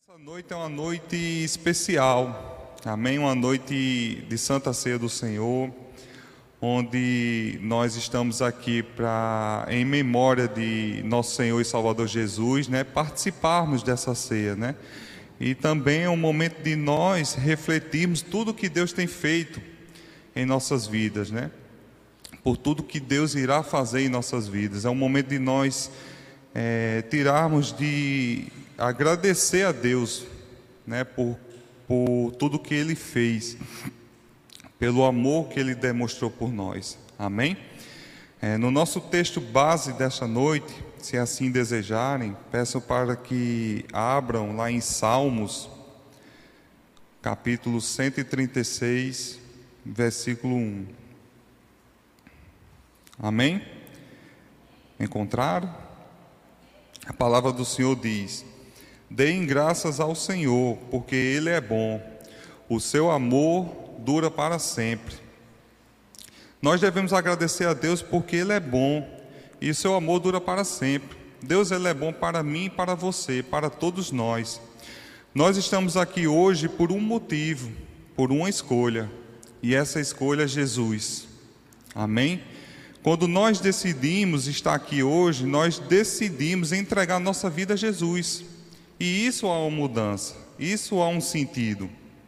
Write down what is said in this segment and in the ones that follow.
Essa noite é uma noite especial, amém? Uma noite de Santa Ceia do Senhor, onde nós estamos aqui para, em memória de nosso Senhor e Salvador Jesus, participarmos dessa ceia, E também é um momento de nós refletirmos tudo que Deus tem feito em nossas vidas, Por tudo que Deus irá fazer em nossas vidas. É um momento de nós tirarmos de agradecer a Deus, por tudo que Ele fez, pelo amor que Ele demonstrou por nós, amém? No nosso texto base desta noite, se assim desejarem, peço para que abram lá em Salmos, capítulo 136, versículo 1, amém? Encontraram? A palavra do Senhor diz: deem graças ao Senhor, porque Ele é bom, o seu amor dura para sempre. Nós devemos agradecer a Deus porque Ele é bom e o seu amor dura para sempre. Deus, Ele é bom para mim e para você, para todos nós. Nós estamos aqui hoje por um motivo, por uma escolha, e essa escolha é Jesus, amém? Quando nós decidimos estar aqui hoje, nós decidimos entregar nossa vida a Jesus. E isso há uma mudança, isso há um sentido.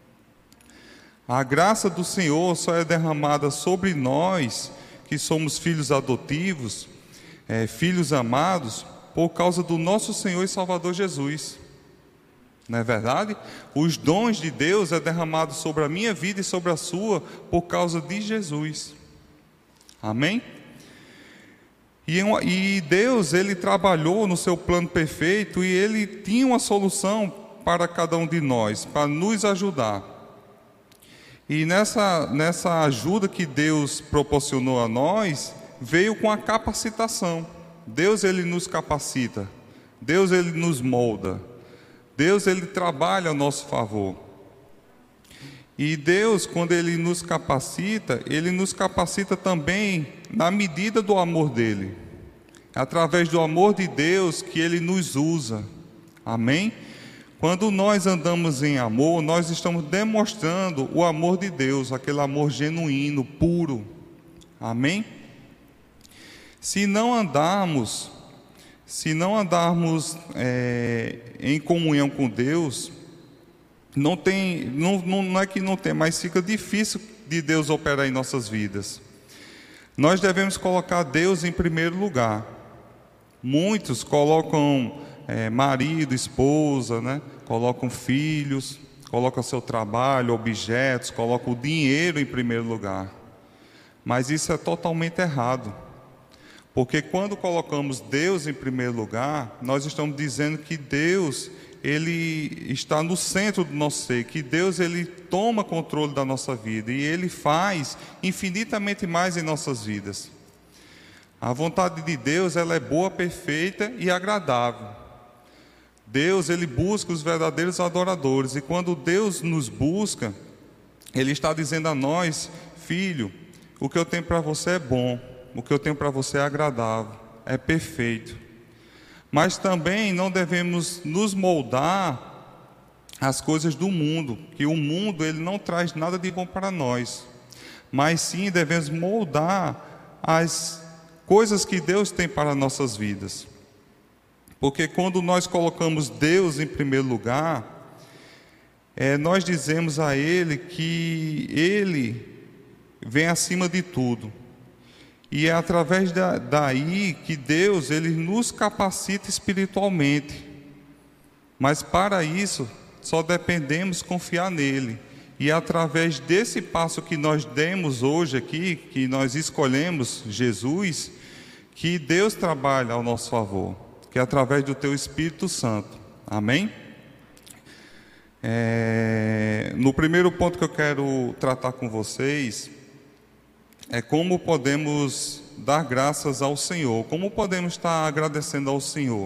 A graça do Senhor só é derramada sobre nós, que somos filhos adotivos, filhos amados, por causa do nosso Senhor e Salvador Jesus. Não é verdade? Os dons de Deus é derramado sobre a minha vida e sobre a sua, por causa de Jesus. Amém? E Deus, Ele trabalhou no seu plano perfeito e Ele tinha uma solução para cada um de nós, para nos ajudar. E nessa ajuda que Deus proporcionou a nós, veio com a capacitação. Deus, Ele nos capacita. Deus, Ele nos molda. Deus, Ele trabalha a nosso favor. E Deus, quando Ele nos capacita também na medida do amor dEle. Através do amor de Deus que Ele nos usa. Amém? Quando nós andamos em amor, nós estamos demonstrando o amor de Deus, aquele amor genuíno, puro. Amém? Se não andarmos em comunhão com Deus, não é que não tem, mas fica difícil de Deus operar em nossas vidas. Nós devemos colocar Deus em primeiro lugar. Muitos colocam marido, esposa, colocam filhos, colocam seu trabalho, objetos, colocam o dinheiro em primeiro lugar. Mas isso é totalmente errado. Porque quando colocamos Deus em primeiro lugar, nós estamos dizendo que Deus, Ele está no centro do nosso ser, que Deus, Ele toma controle da nossa vida e Ele faz infinitamente mais em nossas vidas. A vontade de Deus, ela é boa, perfeita e agradável. Deus, Ele busca os verdadeiros adoradores, e quando Deus nos busca, Ele está dizendo a nós: filho, o que eu tenho para você é bom, o que eu tenho para você é agradável, é perfeito. Mas também não devemos nos moldar às coisas do mundo, que o mundo, ele não traz nada de bom para nós, mas sim devemos moldar as coisas que Deus tem para nossas vidas. Porque quando nós colocamos Deus em primeiro lugar, nós dizemos a Ele que Ele vem acima de tudo. E é através daí que Deus, Ele nos capacita espiritualmente. Mas para isso, só dependemos confiar nele. E é através desse passo que nós demos hoje aqui, que nós escolhemos Jesus, que Deus trabalha ao nosso favor, que é através do teu Espírito Santo. Amém? No primeiro ponto que eu quero tratar com vocês, é como podemos dar graças ao Senhor, como podemos estar agradecendo ao Senhor.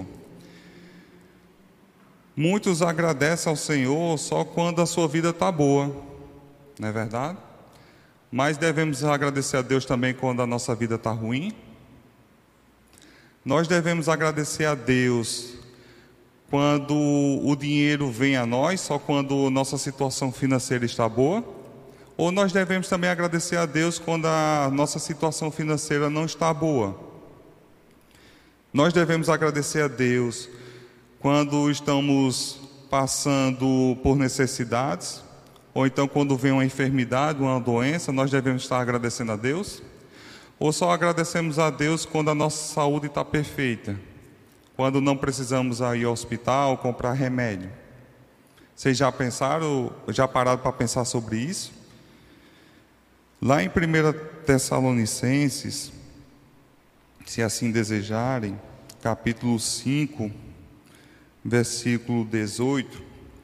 Muitos agradecem ao Senhor só quando a sua vida está boa, não é verdade? Mas devemos agradecer a Deus também quando a nossa vida está ruim. Nós devemos agradecer a Deus quando o dinheiro vem a nós, só quando nossa situação financeira está boa? Ou nós devemos também agradecer a Deus quando a nossa situação financeira não está boa? Nós devemos agradecer a Deus quando estamos passando por necessidades, ou então quando vem uma enfermidade, uma doença, nós devemos estar agradecendo a Deus? Ou só agradecemos a Deus quando a nossa saúde está perfeita, quando não precisamos ir ao hospital, comprar remédio? Vocês já pararam para pensar sobre isso? Lá em 1 Tessalonicenses, se assim desejarem, capítulo 5, versículo 18.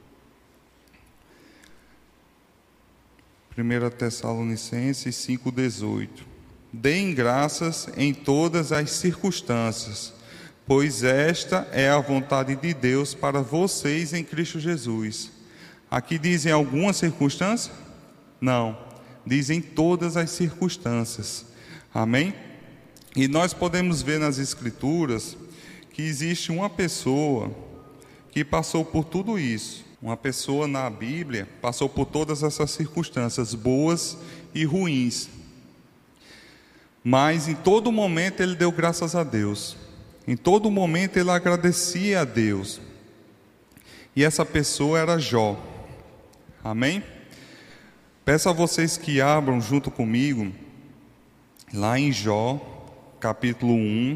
1 Tessalonicenses 5, 18. Deem graças em todas as circunstâncias, pois esta é a vontade de Deus para vocês em Cristo Jesus. Aqui dizem alguma circunstância? Não, dizem todas as circunstâncias. Amém? E nós podemos ver nas Escrituras que existe uma pessoa que passou por tudo isso. Uma pessoa na Bíblia passou por todas essas circunstâncias, boas e ruins. Mas em todo momento ele deu graças a Deus. Em todo momento ele agradecia a Deus. E essa pessoa era Jó. Amém? Peço a vocês que abram junto comigo, lá em Jó, capítulo 1,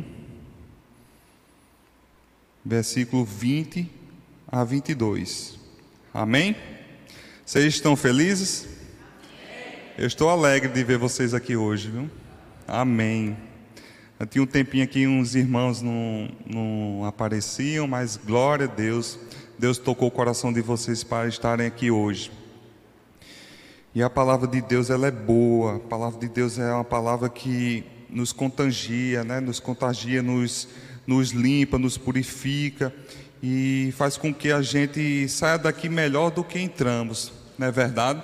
versículo 20 a 22. Amém? Vocês estão felizes? Amém. Eu estou alegre de ver vocês aqui hoje, viu? Amém. Eu tinha um tempinho que uns irmãos não apareciam, mas glória a Deus, Deus tocou o coração de vocês para estarem aqui hoje. E a palavra de Deus, ela é boa. A palavra de Deus é uma palavra que nos contagia, né? Nos contagia, nos limpa, nos purifica e faz com que a gente saia daqui melhor do que entramos, não é verdade?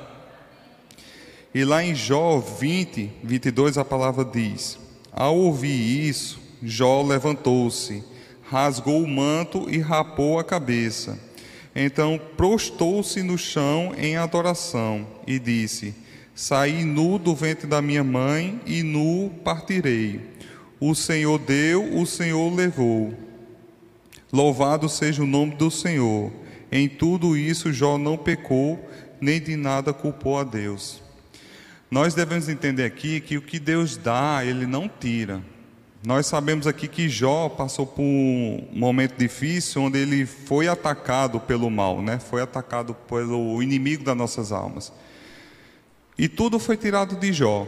E lá em Jó 20, 22, a palavra diz: ao ouvir isso, Jó levantou-se, rasgou o manto e rapou a cabeça. Então prostou-se no chão em adoração e disse: saí nu do ventre da minha mãe e nu partirei. O Senhor deu, o Senhor levou. Louvado seja o nome do Senhor. Em tudo isso Jó não pecou, nem de nada culpou a Deus. Nós devemos entender aqui que o que Deus dá, Ele não tira. Nós sabemos aqui que Jó passou por um momento difícil, onde ele foi atacado pelo mal, né? Foi atacado pelo inimigo das nossas almas. E tudo foi tirado de Jó.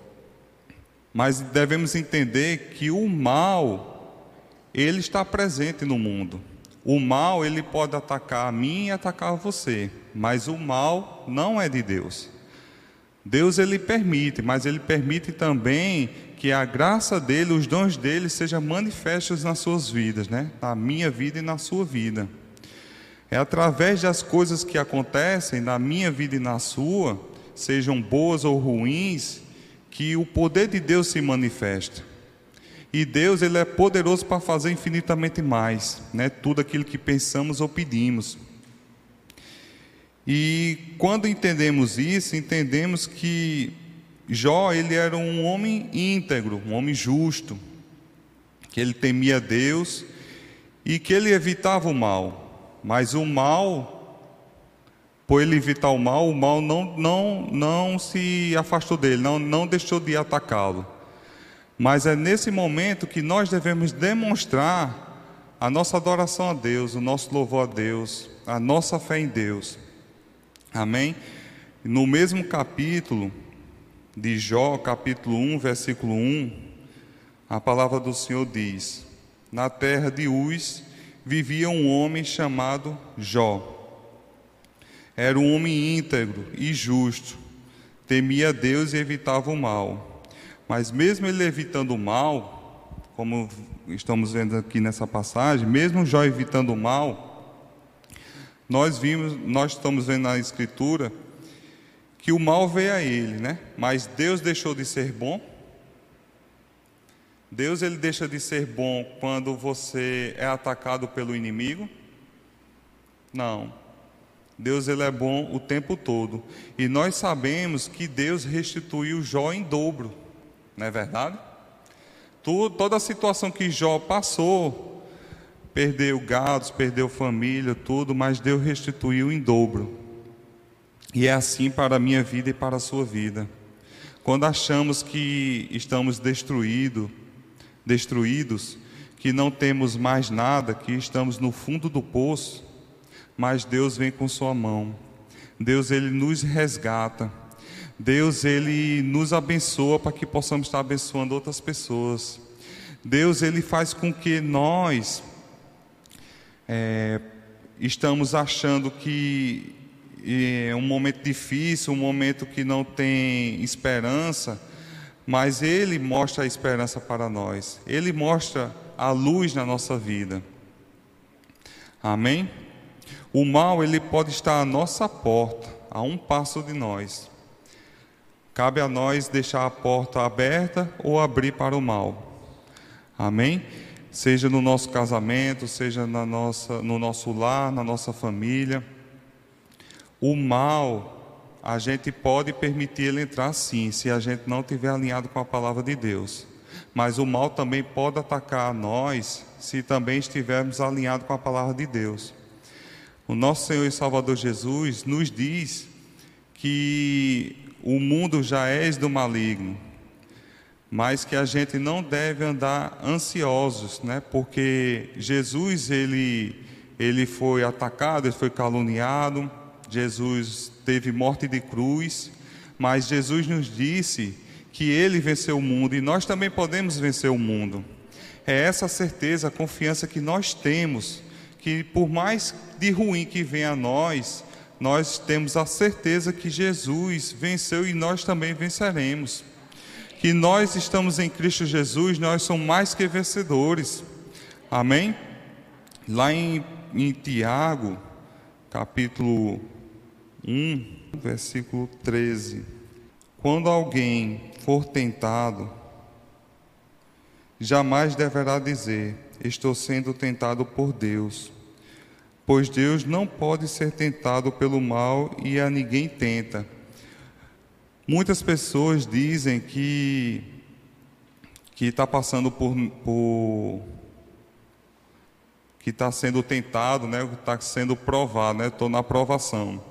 Mas devemos entender que o mal, ele está presente no mundo. O mal, ele pode atacar a mim e atacar você, mas o mal não é de Deus. Deus, ele permite, mas ele permite também que a graça dele, os dons dele sejam manifestos nas suas vidas, né? Na minha vida e na sua vida. É através das coisas que acontecem na minha vida e na sua, sejam boas ou ruins, que o poder de Deus se manifesta. E Deus, ele é poderoso para fazer infinitamente mais, né? Tudo aquilo que pensamos ou pedimos. E quando entendemos isso, entendemos que Jó, ele era um homem íntegro, um homem justo, que ele temia Deus e que ele evitava o mal. Mas o mal, por ele evitar o mal não se afastou dele, não deixou de atacá-lo. Mas é nesse momento que nós devemos demonstrar a nossa adoração a Deus, o nosso louvor a Deus, a nossa fé em Deus. Amém? No mesmo capítulo de Jó, capítulo 1, versículo 1, a palavra do Senhor diz: na terra de Uz vivia um homem chamado Jó. Era um homem íntegro e justo, temia Deus e evitava o mal. Mas mesmo ele evitando o mal, como estamos vendo aqui nessa passagem, mesmo Jó evitando o mal, nós estamos vendo na Escritura que o mal veio a ele, né? Mas Deus deixou de ser bom. Deus, ele deixa de ser bom quando você é atacado pelo inimigo. Não. Deus ele é bom o tempo todo. E nós sabemos que Deus restituiu Jó em dobro. Não é verdade? Toda a situação que Jó passou, perdeu gados, perdeu família, tudo, mas Deus restituiu em dobro. E é assim para a minha vida e para a sua vida. Quando achamos que estamos destruídos, que não temos mais nada, que estamos no fundo do poço, mas Deus vem com sua mão. Deus ele nos resgata. Deus ele nos abençoa para que possamos estar abençoando outras pessoas. Deus ele faz com que nós estamos achando que é um momento difícil, um momento que não tem esperança, mas Ele mostra a esperança para nós. Ele mostra a luz na nossa vida. Amém? O mal ele pode estar à nossa porta, a um passo de nós. Cabe a nós deixar a porta aberta ou abrir para o mal. Amém? Seja no nosso casamento, seja no nosso lar, na nossa família. O mal, a gente pode permitir ele entrar sim, se a gente não estiver alinhado com a palavra de Deus. Mas o mal também pode atacar a nós, se também estivermos alinhados com a palavra de Deus. O nosso Senhor e Salvador Jesus nos diz que o mundo já é do maligno, mas que a gente não deve andar ansiosos, né? Porque Jesus ele foi atacado, ele foi caluniado, Jesus teve morte de cruz, mas Jesus nos disse que ele venceu o mundo e nós também podemos vencer o mundo. É essa certeza, a confiança que nós temos, que por mais de ruim que venha a nós temos a certeza que Jesus venceu e nós também venceremos. Que nós estamos em Cristo Jesus, nós somos mais que vencedores. Amém? Lá em Tiago, capítulo 1, versículo 13. Quando alguém for tentado, jamais deverá dizer: estou sendo tentado por Deus. Pois Deus não pode ser tentado pelo mal e a ninguém tenta. Muitas pessoas dizem que está passando que está sendo tentado, né? Está sendo provado, né? Estou na provação.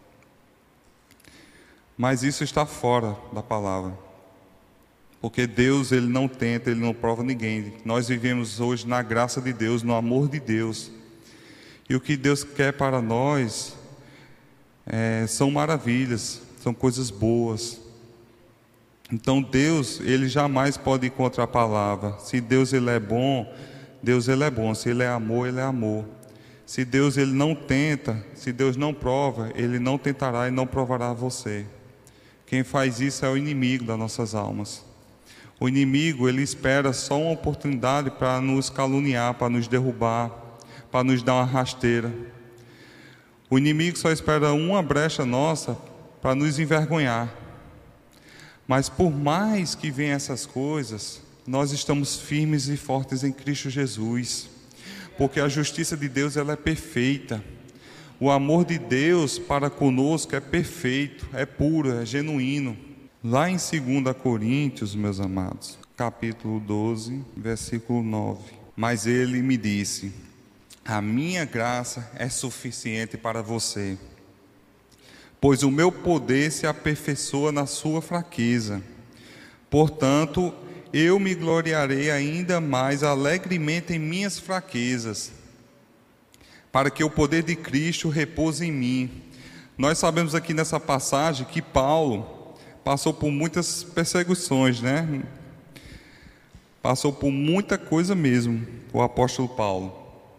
Mas isso está fora da palavra. Porque Deus ele não tenta, ele não prova ninguém. Nós vivemos hoje na graça de Deus, no amor de Deus. E o que Deus quer para nós são maravilhas, são coisas boas. Então Deus, ele jamais pode ir contra a palavra. Se Deus ele é bom, Deus ele é bom. Se ele é amor, ele é amor. Se Deus ele não tenta, se Deus não prova, ele não tentará e não provará você. Quem faz isso é o inimigo das nossas almas. O inimigo ele espera só uma oportunidade para nos caluniar, para nos derrubar, para nos dar uma rasteira. O inimigo só espera uma brecha nossa para nos envergonhar. Mas por mais que venham essas coisas, nós estamos firmes e fortes em Cristo Jesus, porque a justiça de Deus ela é perfeita. O amor de Deus para conosco é perfeito, é puro, é genuíno. Lá em 2 Coríntios, meus amados, capítulo 12, versículo 9. Mas ele me disse: a minha graça é suficiente para você, pois o meu poder se aperfeiçoa na sua fraqueza. Portanto, eu me gloriarei ainda mais alegremente em minhas fraquezas, para que o poder de Cristo repouse em mim. Nós sabemos aqui nessa passagem que Paulo passou por muitas perseguições, né? Passou por muita coisa mesmo, o apóstolo Paulo.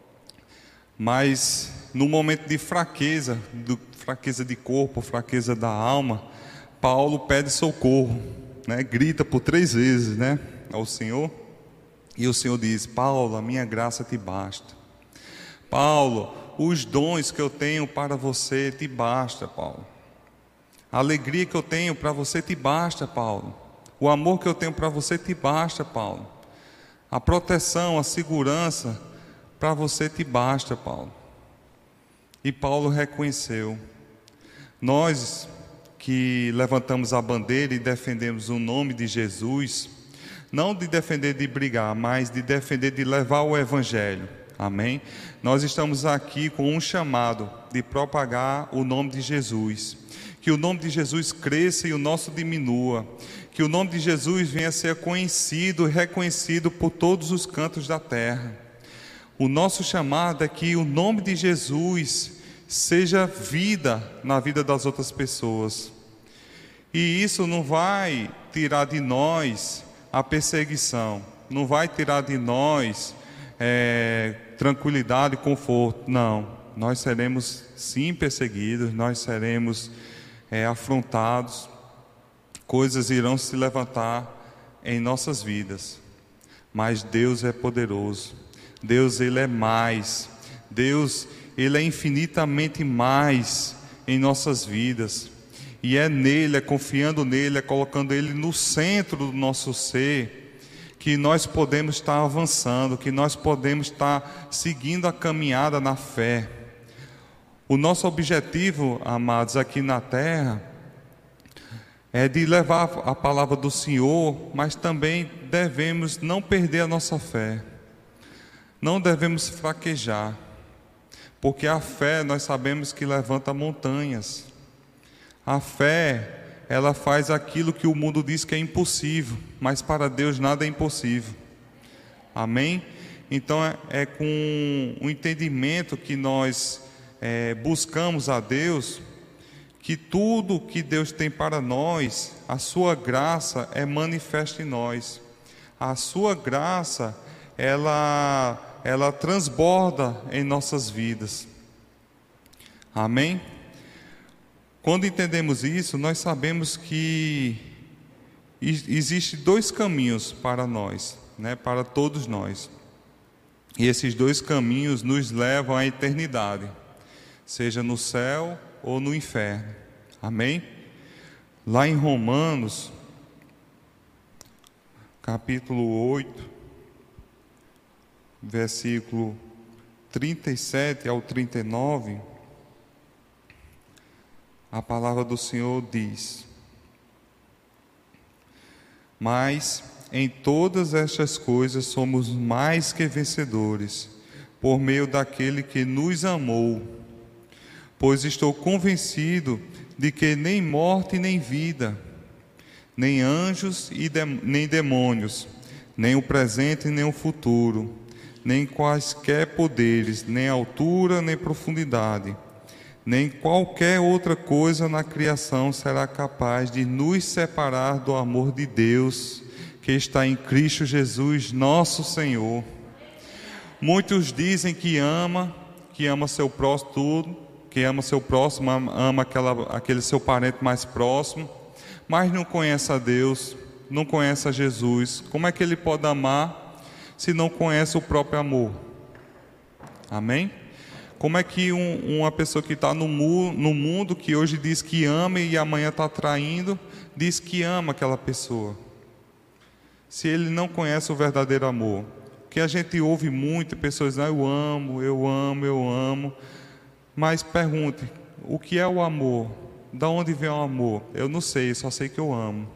Mas no momento de fraqueza de corpo, fraqueza da alma, Paulo pede socorro, né? Grita por 3 vezes, né? Ao Senhor. E o Senhor diz: Paulo, a minha graça te basta. Paulo, os dons que eu tenho para você te basta, Paulo. A alegria que eu tenho para você te basta, Paulo. O amor que eu tenho para você te basta, Paulo. A proteção, a segurança para você te basta, Paulo. E Paulo reconheceu. Nós que levantamos a bandeira e defendemos o nome de Jesus, não de defender de brigar, mas de defender de levar o Evangelho. Amém? Nós estamos aqui com um chamado de propagar o nome de Jesus. Que o nome de Jesus cresça e o nosso diminua. Que o nome de Jesus venha a ser conhecido e reconhecido por todos os cantos da terra. O nosso chamado é que o nome de Jesus seja vida na vida das outras pessoas. E isso não vai tirar de nós a perseguição, não vai tirar de nós tranquilidade e conforto. Não, nós seremos sim perseguidos, nós seremos afrontados, coisas irão se levantar em nossas vidas, mas Deus é poderoso. Deus, Ele é mais. Deus, Ele é infinitamente mais em nossas vidas. E é nele, é confiando nele, é colocando Ele no centro do nosso ser, que nós podemos estar avançando, que nós podemos estar seguindo a caminhada na fé. O nosso objetivo, amados, aqui na terra, é de levar a palavra do Senhor, mas também devemos não perder a nossa fé. Não devemos fraquejar, porque a fé nós sabemos que levanta montanhas. A fé, ela faz aquilo que o mundo diz que é impossível, mas para Deus nada é impossível. Amém? Então é com o entendimento que nós buscamos a Deus, que tudo que Deus tem para nós, a sua graça é manifesta em nós. A sua graça, ela transborda em nossas vidas. Amém? Quando entendemos isso, nós sabemos que existe dois caminhos para nós, para todos nós. E esses dois caminhos nos levam à eternidade, seja no céu ou no inferno. Amém? Lá em Romanos, capítulo 8, versículo 37 ao 39, a palavra do Senhor diz: mas em todas estas coisas somos mais que vencedores, por meio daquele que nos amou. Pois estou convencido de que nem morte nem vida, nem anjos nem demônios, nem o presente nem o futuro, nem quaisquer poderes, nem altura nem profundidade, nem qualquer outra coisa na criação será capaz de nos separar do amor de Deus que está em Cristo Jesus, nosso Senhor. Muitos dizem que ama seu próximo tudo, que ama seu próximo, ama aquele seu parente mais próximo, mas não conhece a Deus, não conhece a Jesus. Como é que ele pode amar se não conhece o próprio amor? Amém? Como é que uma pessoa que está no mundo, que hoje diz que ama e amanhã está traindo, diz que ama aquela pessoa, se ele não conhece o verdadeiro amor? Que a gente ouve muito, pessoas dizem: eu amo, eu amo, eu amo. Mas pergunte, o que é o amor? Da onde vem o amor? Eu não sei, só sei que eu amo.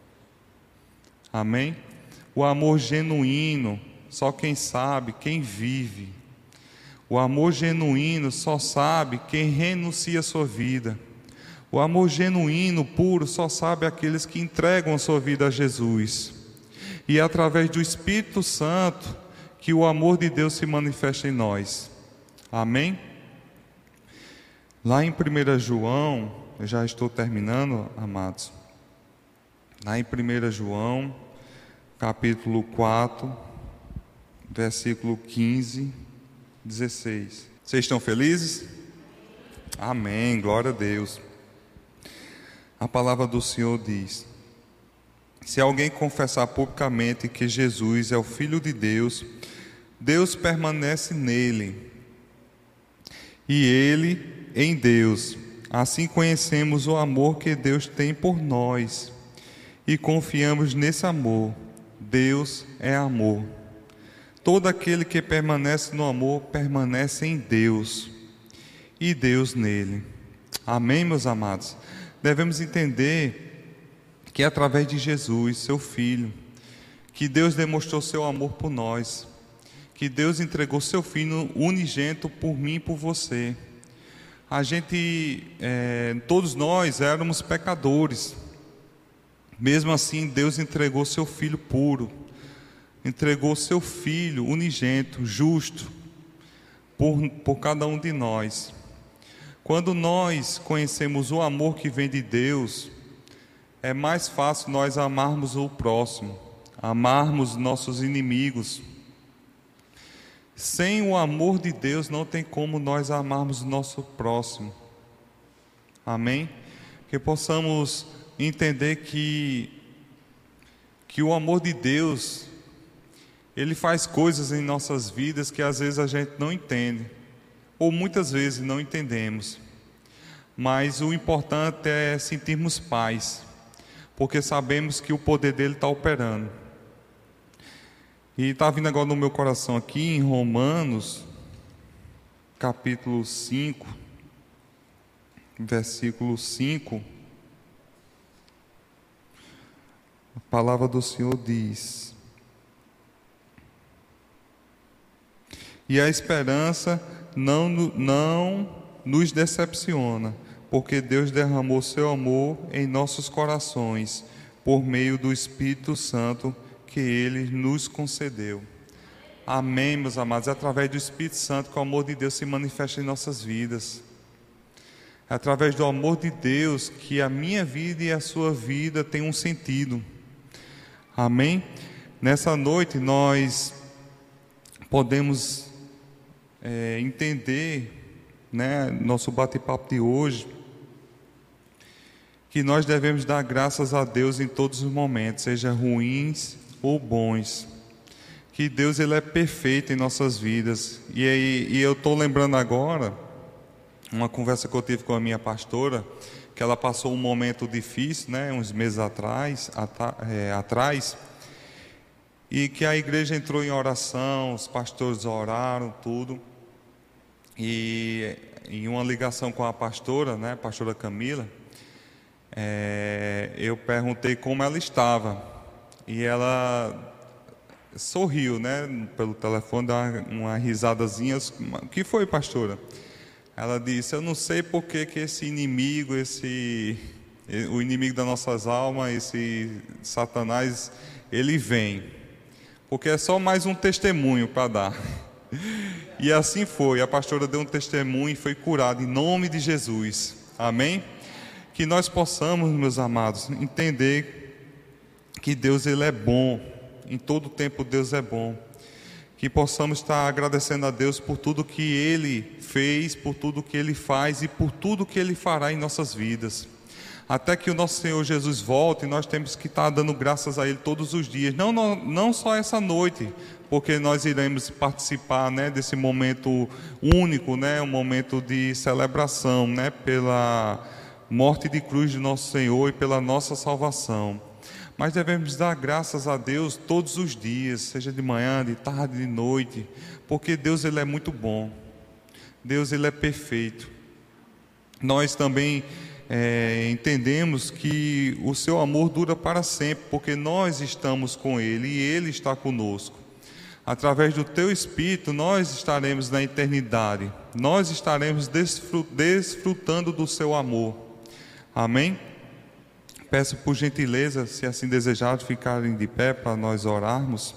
Amém? O amor genuíno, só quem sabe, quem vive. O amor genuíno só sabe quem renuncia a sua vida. O amor genuíno, puro, só sabe aqueles que entregam a sua vida a Jesus. E é através do Espírito Santo que o amor de Deus se manifesta em nós. Amém? Lá em 1 João, eu já estou terminando, amados. Lá em 1 João, capítulo 4, versículo 15, 16. Vocês estão felizes? Amém, glória a Deus. A palavra do Senhor diz: se alguém confessar publicamente que Jesus é o Filho de Deus, Deus permanece nele, e ele em Deus. Assim conhecemos o amor que Deus tem por nós, e confiamos nesse amor. Deus é amor. Todo aquele que permanece no amor, permanece em Deus, e Deus nele. Amém, meus amados? Devemos entender que é através de Jesus, seu Filho, que Deus demonstrou seu amor por nós, que Deus entregou seu Filho unigênito por mim e por você. Todos nós éramos pecadores, mesmo assim Deus entregou seu Filho puro, entregou seu Filho unigênito, justo, por cada um de nós. Quando nós conhecemos o amor que vem de Deus, é mais fácil nós amarmos o próximo, amarmos nossos inimigos. Sem o amor de Deus não tem como nós amarmos o nosso próximo. Amém? Que possamos entender que o amor de Deus, Ele faz coisas em nossas vidas que às vezes a gente não entende, ou muitas vezes não entendemos. Mas o importante é sentirmos paz, porque sabemos que o poder dele está operando. E está vindo agora no meu coração aqui em Romanos, capítulo 5, versículo 5. A palavra do Senhor diz: e a esperança não nos decepciona, porque Deus derramou seu amor em nossos corações, por meio do Espírito Santo que Ele nos concedeu. Amém, meus amados? É através do Espírito Santo que o amor de Deus se manifesta em nossas vidas. É através do amor de Deus que a minha vida e a sua vida têm um sentido. Amém? Nessa noite nós podemos entender, nosso bate-papo de hoje, que nós devemos dar graças a Deus em todos os momentos, seja ruins ou bons, que Deus ele é perfeito em nossas vidas. E eu estou lembrando agora uma conversa que eu tive com a minha pastora, que ela passou um momento difícil, uns meses atrás, e que a igreja entrou em oração, os pastores oraram, tudo, e em uma ligação com a pastora, a pastora Camila, eu perguntei como ela estava. E ela sorriu, pelo telefone, deu uma risadazinha. O que foi, pastora? Ela disse: eu não sei por que esse inimigo, o inimigo das nossas almas, esse Satanás, ele vem. Porque é só mais um testemunho para dar. E assim foi, a pastora deu um testemunho e foi curada em nome de Jesus. Amém? Que nós possamos, meus amados, entender que Deus ele é bom, em todo tempo Deus é bom, que possamos estar agradecendo a Deus por tudo que Ele fez, por tudo que Ele faz e por tudo que Ele fará em nossas vidas, até que o nosso Senhor Jesus volte. Nós temos que estar dando graças a Ele todos os dias, não só essa noite, porque nós iremos participar desse momento único, um momento de celebração, pela morte de cruz de nosso Senhor e pela nossa salvação. Mas devemos dar graças a Deus todos os dias, seja de manhã, de tarde, de noite, porque Deus ele é muito bom, Deus ele é perfeito. Nós também entendemos que o seu amor dura para sempre, porque nós estamos com Ele e Ele está conosco. Através do Teu Espírito nós estaremos na eternidade, nós estaremos desfrutando do Seu amor. Amém? Peço por gentileza, se assim desejar, ficarem de pé para nós orarmos.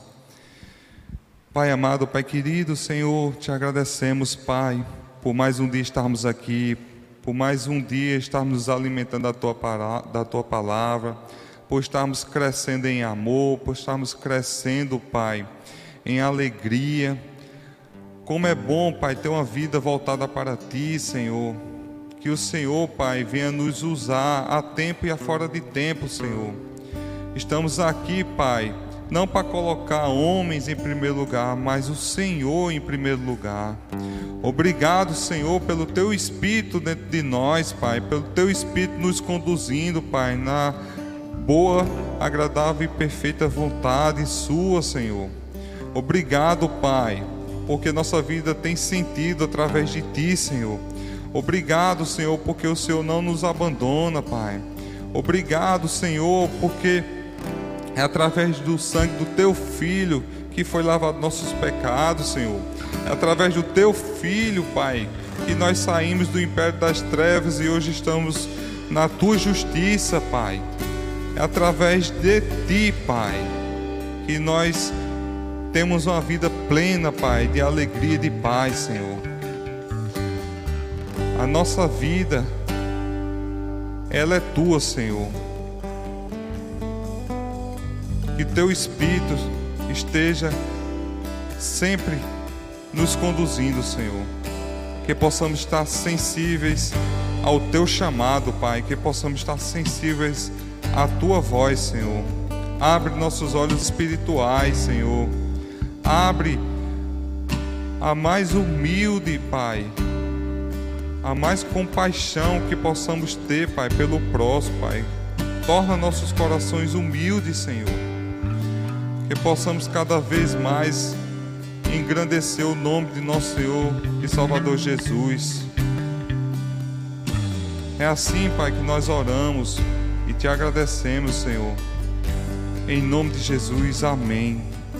Pai amado, Pai querido, Senhor, te agradecemos, Pai, por mais um dia estarmos aqui, por mais um dia estarmos nos alimentando da Tua palavra, por estarmos crescendo em amor, por estarmos crescendo, Pai, em alegria. Como é bom, Pai, ter uma vida voltada para Ti, Senhor. Que o Senhor, Pai, venha nos usar a tempo e a fora de tempo, Senhor. Estamos aqui, Pai, não para colocar homens em primeiro lugar, mas o Senhor em primeiro lugar. Obrigado, Senhor, pelo Teu Espírito dentro de nós, Pai, pelo Teu Espírito nos conduzindo, Pai, na boa, agradável e perfeita vontade Sua, Senhor. Obrigado, Pai, porque nossa vida tem sentido através de Ti, Senhor. Obrigado, Senhor, porque o Senhor não nos abandona, Pai. Obrigado, Senhor, porque é através do sangue do Teu Filho que foi lavado nossos pecados, Senhor. É através do Teu Filho, Pai, que nós saímos do império das trevas e hoje estamos na Tua justiça, Pai. É através de Ti, Pai, que nós temos uma vida plena, Pai, de alegria e de paz, Senhor. A nossa vida, ela é Tua, Senhor. Que Teu Espírito esteja sempre nos conduzindo, Senhor. Que possamos estar sensíveis ao Teu chamado, Pai. Que possamos estar sensíveis à Tua voz, Senhor. Abre nossos olhos espirituais, Senhor. Abre a mais humilde, Pai, a mais compaixão que possamos ter, Pai, pelo próximo, Pai. Torna nossos corações humildes, Senhor. Que possamos cada vez mais engrandecer o nome de nosso Senhor e Salvador Jesus. É assim, Pai, que nós oramos e Te agradecemos, Senhor. Em nome de Jesus, amém.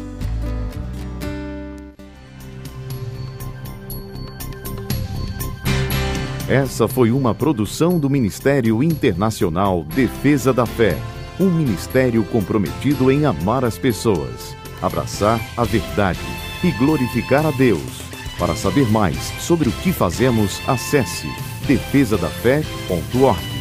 Essa foi uma produção do Ministério Internacional Defesa da Fé, um ministério comprometido em amar as pessoas, abraçar a verdade e glorificar a Deus. Para saber mais sobre o que fazemos, acesse defesadafé.org.